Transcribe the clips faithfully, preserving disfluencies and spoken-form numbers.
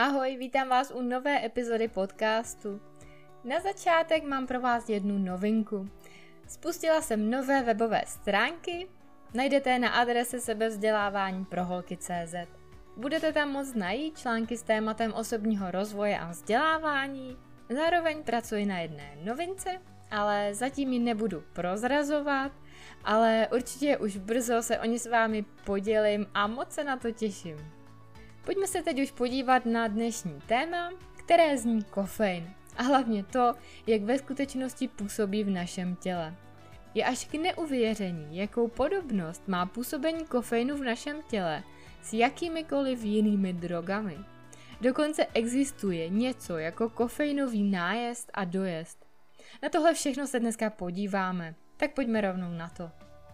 Ahoj, vítám vás u nové epizody podcastu. Na začátek mám pro vás jednu novinku. Spustila jsem nové webové stránky, najdete je na adrese sebevzdělávání pro holky tečka cé zet. Budete tam moct najít články s tématem osobního rozvoje a vzdělávání. Zároveň pracuji na jedné novince, ale zatím ji nebudu prozrazovat, ale určitě už brzo se o ní s vámi podělím a moc se na to těším. Pojďme se teď už podívat na dnešní téma, které zní kofein a hlavně to, jak ve skutečnosti působí v našem těle. Je až k neuvěření, jakou podobnost má působení kofeinu v našem těle s jakýmikoliv jinými drogami. Dokonce existuje něco jako kofeinový nájezd a dojezd. Na tohle všechno se dneska podíváme, tak pojďme rovnou na to.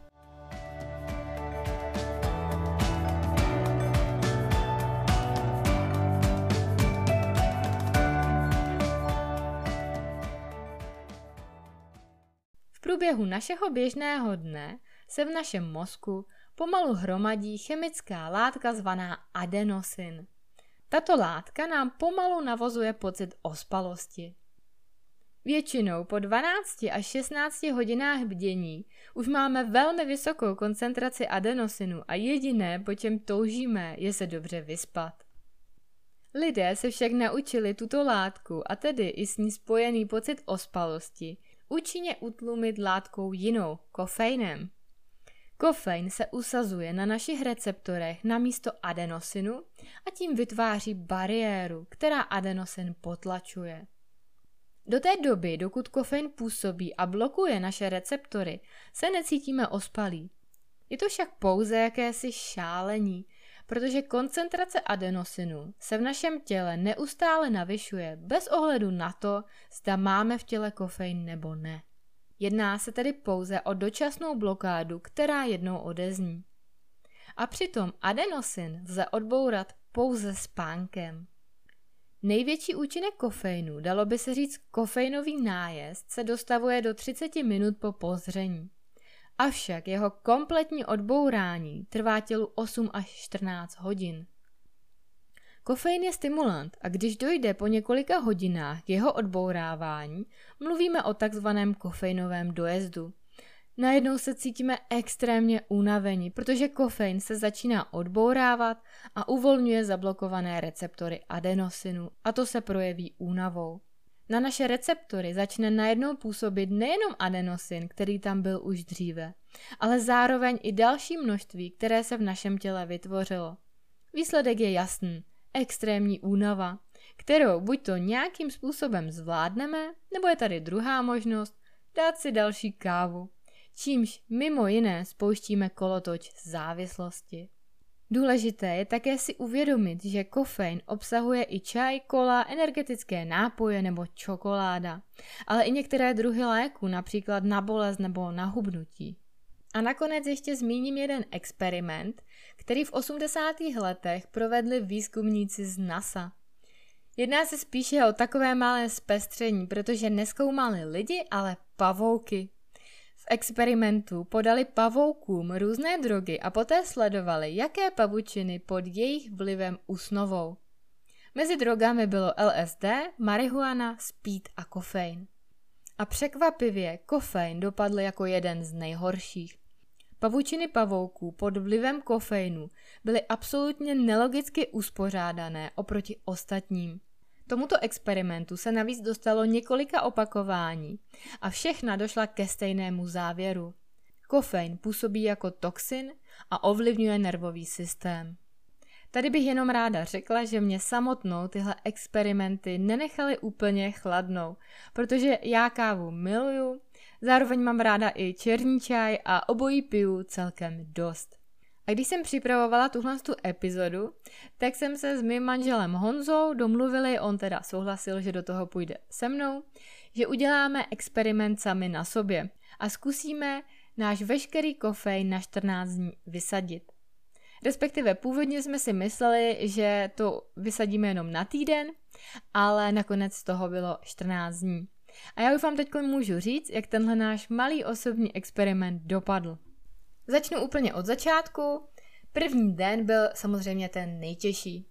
V průběhu našeho běžného dne se v našem mozku pomalu hromadí chemická látka zvaná adenosin. Tato látka nám pomalu navozuje pocit ospalosti. Většinou po dvanácti až šestnácti hodinách bdění už máme velmi vysokou koncentraci adenosinu a jediné, po čem toužíme, je se dobře vyspat. Lidé se však naučili tuto látku a tedy i s ní spojený pocit ospalosti účinně utlumit látkou jinou, kofeinem. Kofein se usazuje na našich receptorech namísto adenosinu a tím vytváří bariéru, která adenosin potlačuje. Do té doby, dokud kofein působí a blokuje naše receptory, se necítíme ospalí. Je to však pouze jakési šálení, protože koncentrace adenosinu se v našem těle neustále navyšuje bez ohledu na to, zda máme v těle kofein nebo ne. Jedná se tedy pouze o dočasnou blokádu, která jednou odezní. A přitom adenosin lze odbourat pouze spánkem. Největší účinek kofeinu, dalo by se říct kofeinový nájezd, se dostavuje do třicet minut po pozření. Avšak jeho kompletní odbourání trvá tělu osm až čtrnáct hodin. Kofein je stimulant a když dojde po několika hodinách k jeho odbourávání, mluvíme o takzvaném kofeinovém dojezdu. Najednou se cítíme extrémně unavení, protože kofein se začíná odbourávat a uvolňuje zablokované receptory adenosinu a to se projeví únavou. Na naše receptory začne najednou působit nejenom adenosin, který tam byl už dříve, ale zároveň i další množství, které se v našem těle vytvořilo. Výsledek je jasný, extrémní únava, kterou buď to nějakým způsobem zvládneme, nebo je tady druhá možnost, dát si další kávu, čímž mimo jiné spouštíme kolotoč závislosti. Důležité je také si uvědomit, že kofein obsahuje i čaj, kola, energetické nápoje nebo čokoláda, ale i některé druhy léků, například na bolest nebo na hubnutí. A nakonec ještě zmíním jeden experiment, který v osmdesátých letech provedli výzkumníci z NASA. Jedná se spíše o takové malé zpestření, protože nezkoumali lidi, ale pavouky. V experimentu podali pavoukům různé drogy a poté sledovali, jaké pavučiny pod jejich vlivem usnovou. Mezi drogami bylo el es dé, marihuana, speed a kofein. A překvapivě kofein dopadl jako jeden z nejhorších. Pavučiny pavouků pod vlivem kofeinu byly absolutně nelogicky uspořádané oproti ostatním. Tomuto experimentu se navíc dostalo několika opakování a všechna došla ke stejnému závěru. Kofein působí jako toxin a ovlivňuje nervový systém. Tady bych jenom ráda řekla, že mě samotnou tyhle experimenty nenechaly úplně chladnou, protože já kávu miluju, zároveň mám ráda i černý čaj a obojí piju celkem dost. A když jsem připravovala tuhle epizodu, tak jsem se s mým manželem Honzou domluvili, on teda souhlasil, že do toho půjde se mnou, že uděláme experiment sami na sobě a zkusíme náš veškerý kofein na čtrnáct dní vysadit. Respektive původně jsme si mysleli, že to vysadíme jenom na týden, ale nakonec z toho bylo čtrnáct dní. A já už vám teď můžu říct, jak tenhle náš malý osobní experiment dopadl. Začnu úplně od začátku. První den byl samozřejmě ten nejtěžší.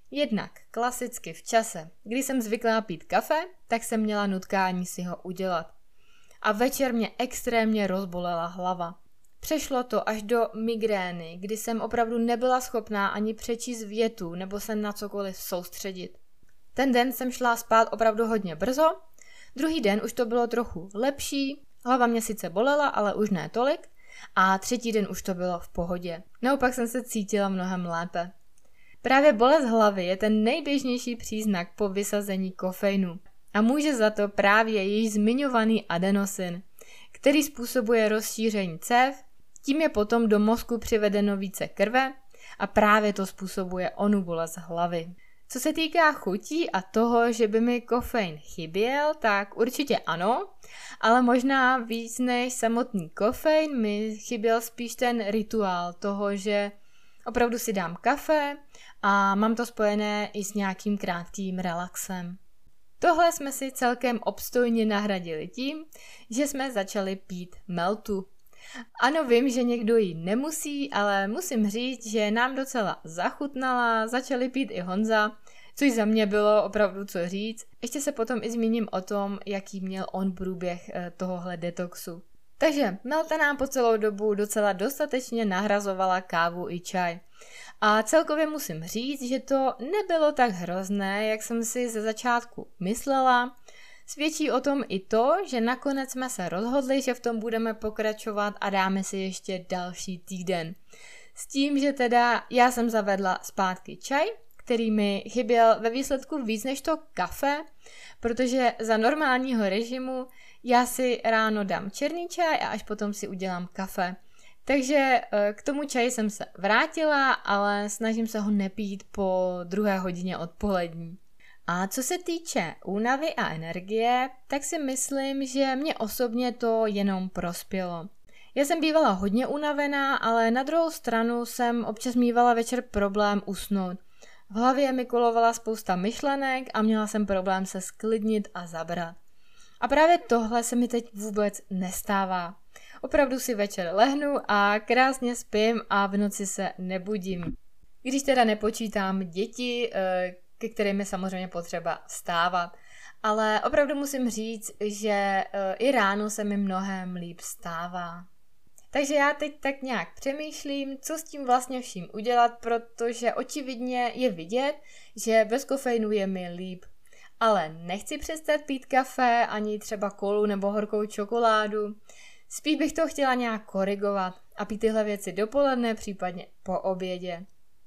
Jednak klasicky v čase, kdy jsem zvyklá pít kafe, tak jsem měla nutkání si ho udělat. A večer mě extrémně rozbolela hlava. Přešlo to až do migrény, kdy jsem opravdu nebyla schopná ani přečíst větu nebo se na cokoliv soustředit. Ten den jsem šla spát opravdu hodně brzo, druhý den už to bylo trochu lepší, hlava mě sice bolela, ale už ne tolik, a třetí den už to bylo v pohodě. Naopak jsem se cítila mnohem lépe. Právě bolest hlavy je ten nejběžnější příznak po vysazení kofeinu a může za to právě již zmiňovaný adenosin, který způsobuje rozšíření cév, tím je potom do mozku přivedeno více krve a právě to způsobuje onu bolest hlavy. Co se týká chutí a toho, že by mi kofein chyběl, tak určitě ano, ale možná víc než samotný kofein mi chyběl spíš ten rituál toho, že opravdu si dám kafe a mám to spojené i s nějakým krátkým relaxem. Tohle jsme si celkem obstojně nahradili tím, že jsme začali pít meltu. Ano, vím, že někdo ji nemusí, ale musím říct, že nám docela zachutnala, začali pít i Honza, což za mě bylo opravdu co říct. Ještě se potom i zmíním o tom, jaký měl on průběh tohohle detoxu. Takže melta nám po celou dobu docela dostatečně nahrazovala kávu i čaj. A celkově musím říct, že to nebylo tak hrozné, jak jsem si ze začátku myslela. Svědčí o tom i to, že nakonec jsme se rozhodli, že v tom budeme pokračovat a dáme si ještě další týden. S tím, že teda já jsem zavedla zpátky čaj, který mi chyběl ve výsledku víc než to kafe, protože za normálního režimu já si ráno dám černý čaj a až potom si udělám kafe. Takže k tomu čaji jsem se vrátila, ale snažím se ho nepít po druhé hodině odpolední. A co se týče únavy a energie, tak si myslím, že mě osobně to jenom prospělo. Já jsem bývala hodně unavená, ale na druhou stranu jsem občas mívala večer problém usnout. V hlavě mi kolovala spousta myšlenek a měla jsem problém se sklidnit a zabrat. A právě tohle se mi teď vůbec nestává. Opravdu si večer lehnu a krásně spím a v noci se nebudím. Když teda nepočítám děti, ke kterým je samozřejmě potřeba vstávat. Ale opravdu musím říct, že i ráno se mi mnohem líp vstává. Takže já teď tak nějak přemýšlím, co s tím vlastně vším udělat, protože očividně je vidět, že bez kofeinu je mi líp. Ale nechci přestat pít kafe, ani třeba kolu nebo horkou čokoládu. Spíš bych to chtěla nějak korigovat a pít tyhle věci dopoledne, případně po obědě.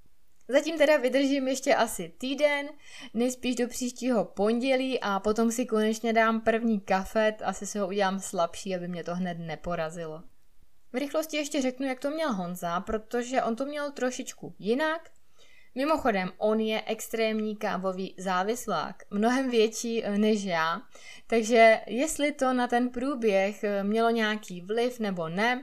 Zatím teda vydržím ještě asi týden, nejspíš do příštího pondělí a potom si konečně dám první kafe, asi si ho udělám slabší, aby mě to hned neporazilo. V rychlosti ještě řeknu, jak to měl Honza, protože on to měl trošičku jinak. Mimochodem, on je extrémní kávový závislák, mnohem větší než já, takže jestli to na ten průběh mělo nějaký vliv nebo ne,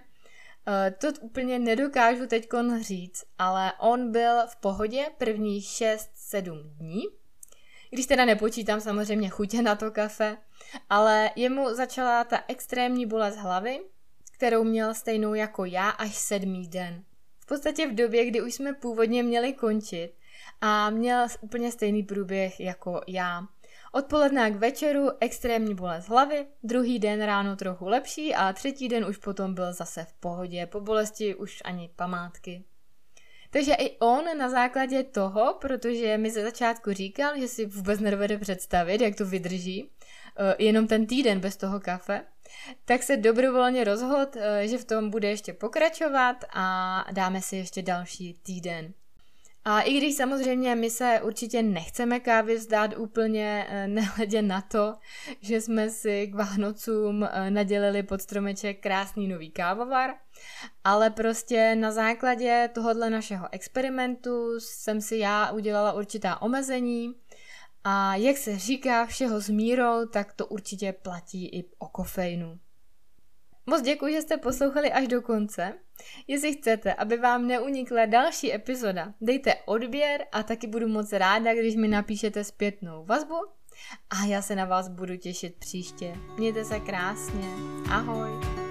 to úplně nedokážu teďkon říct, ale on byl v pohodě první šest sedm dní, když teda nepočítám samozřejmě chutě na to kafe, ale jemu začala ta extrémní bolest hlavy, kterou měl stejnou jako já až sedmý den. V podstatě v době, kdy už jsme původně měli končit a měl úplně stejný průběh jako já. Odpoledne k večeru extrémní bolest hlavy, druhý den ráno trochu lepší a třetí den už potom byl zase v pohodě, po bolesti už ani památky. Takže i on na základě toho, protože mi ze začátku říkal, že si vůbec nedovede představit, jak to vydrží, jenom ten týden bez toho kafe, tak se dobrovolně rozhodl, že v tom bude ještě pokračovat a dáme si ještě další týden. A i když samozřejmě my se určitě nechceme kávy vzdát úplně, nehledě na to, že jsme si k Vánocům nadělili pod stromeček krásný nový kávovar, ale prostě na základě tohohle našeho experimentu jsem si já udělala určitá omezení a jak se říká všeho s mírou, tak to určitě platí i o kofeinu. Moc děkuji, že jste poslouchali až do konce. Jestli chcete, aby vám neunikla další epizoda, dejte odběr a taky budu moc ráda, když mi napíšete zpětnou vazbu a já se na vás budu těšit příště. Mějte se krásně. Ahoj.